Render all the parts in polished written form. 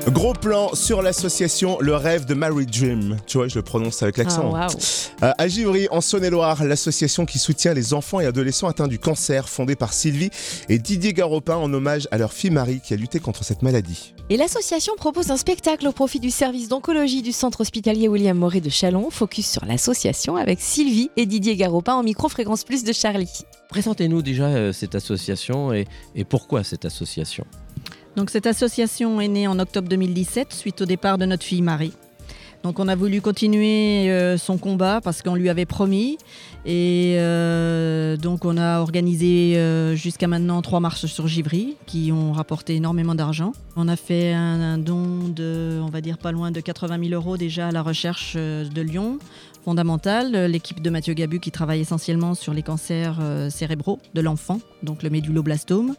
Gros plan sur l'association Le Rêve de Marie Dream. Tu vois, je le prononce avec l'accent. À Givry, en Saône-et-Loire, l'association qui soutient les enfants et adolescents atteints du cancer, fondée par Sylvie et Didier Garopin en hommage à leur fille Marie qui a lutté contre cette maladie. Et l'association propose un spectacle au profit du service d'oncologie du centre hospitalier William Morey de Châlons. Focus sur l'association avec Sylvie et Didier Garopin en micro-fréquence plus de Charlie. Présentez-nous déjà cette association et pourquoi cette association ? Donc cette association est née en octobre 2017 suite au départ de notre fille Marie. Donc on a voulu continuer son combat parce qu'on lui avait promis et donc on a organisé jusqu'à maintenant 3 marches sur Givry qui ont rapporté énormément d'argent. On a fait un don de, on va dire pas loin de 80 000 € déjà à la recherche de Lyon, fondamentale, l'équipe de Mathieu Gabu qui travaille essentiellement sur les cancers cérébraux de l'enfant, donc le méduloblastome.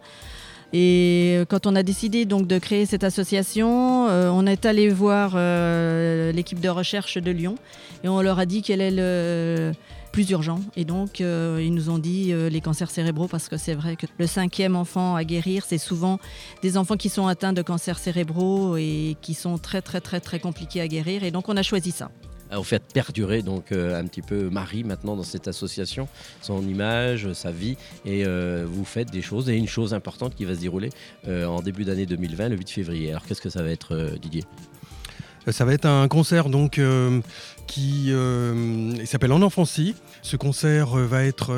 Et quand on a décidé donc de créer cette association, on est allé voir l'équipe de recherche de Lyon et on leur a dit quel est le plus urgent. Et donc ils nous ont dit les cancers cérébraux parce que c'est vrai que le 5e enfant à guérir, c'est souvent des enfants qui sont atteints de cancers cérébraux et qui sont très très très très compliqués à guérir. Et donc on a choisi ça. Vous faites perdurer donc un petit peu Marie maintenant dans cette association, son image, sa vie, et vous faites des choses. Et une chose importante qui va se dérouler en début d'année 2020, le 8 février. Alors qu'est-ce que ça va être, Didier ? Ça va être un concert donc, qui s'appelle En Enfancie. Ce concert va être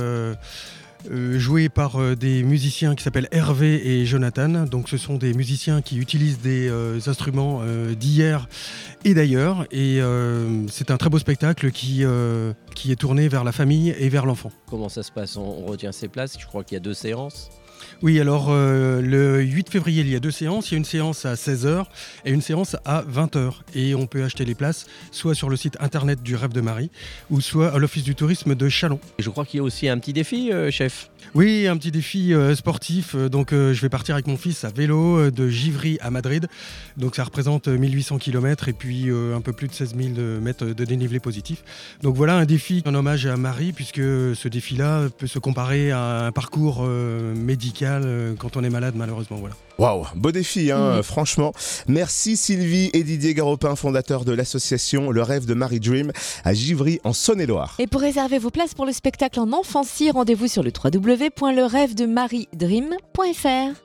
joué par des musiciens qui s'appellent Hervé et Jonathan. Donc ce sont des musiciens qui utilisent des instruments d'hier et d'ailleurs. Et c'est un très beau spectacle qui est tourné vers la famille et vers l'enfant. Comment ça se passe ? On retient ses places, je crois qu'il y a 2 séances. Oui, alors le 8 février, il y a 2 séances. Il y a une séance à 16h et une séance à 20h. Et on peut acheter les places soit sur le site internet du Rêve de Marie ou soit à l'Office du tourisme de Châlons. Et je crois qu'il y a aussi un petit défi, chef. Oui, un petit défi sportif. Donc je vais partir avec mon fils à vélo de Givry à Madrid. Donc ça représente 1800 km et puis un peu plus de 16 000 mètres de dénivelé positif. Donc voilà un défi en hommage à Marie puisque ce défi-là peut se comparer à un parcours médical quand on est malade malheureusement. Voilà. Waouh, beau défi, franchement. Merci Sylvie et Didier Garopin, fondateurs de l'association Le Rêve de Marie Dream à Givry en Saône-et-Loire. Et pour réserver vos places pour le spectacle en enfancie, rendez-vous sur le www.lerêvedemariedream.fr.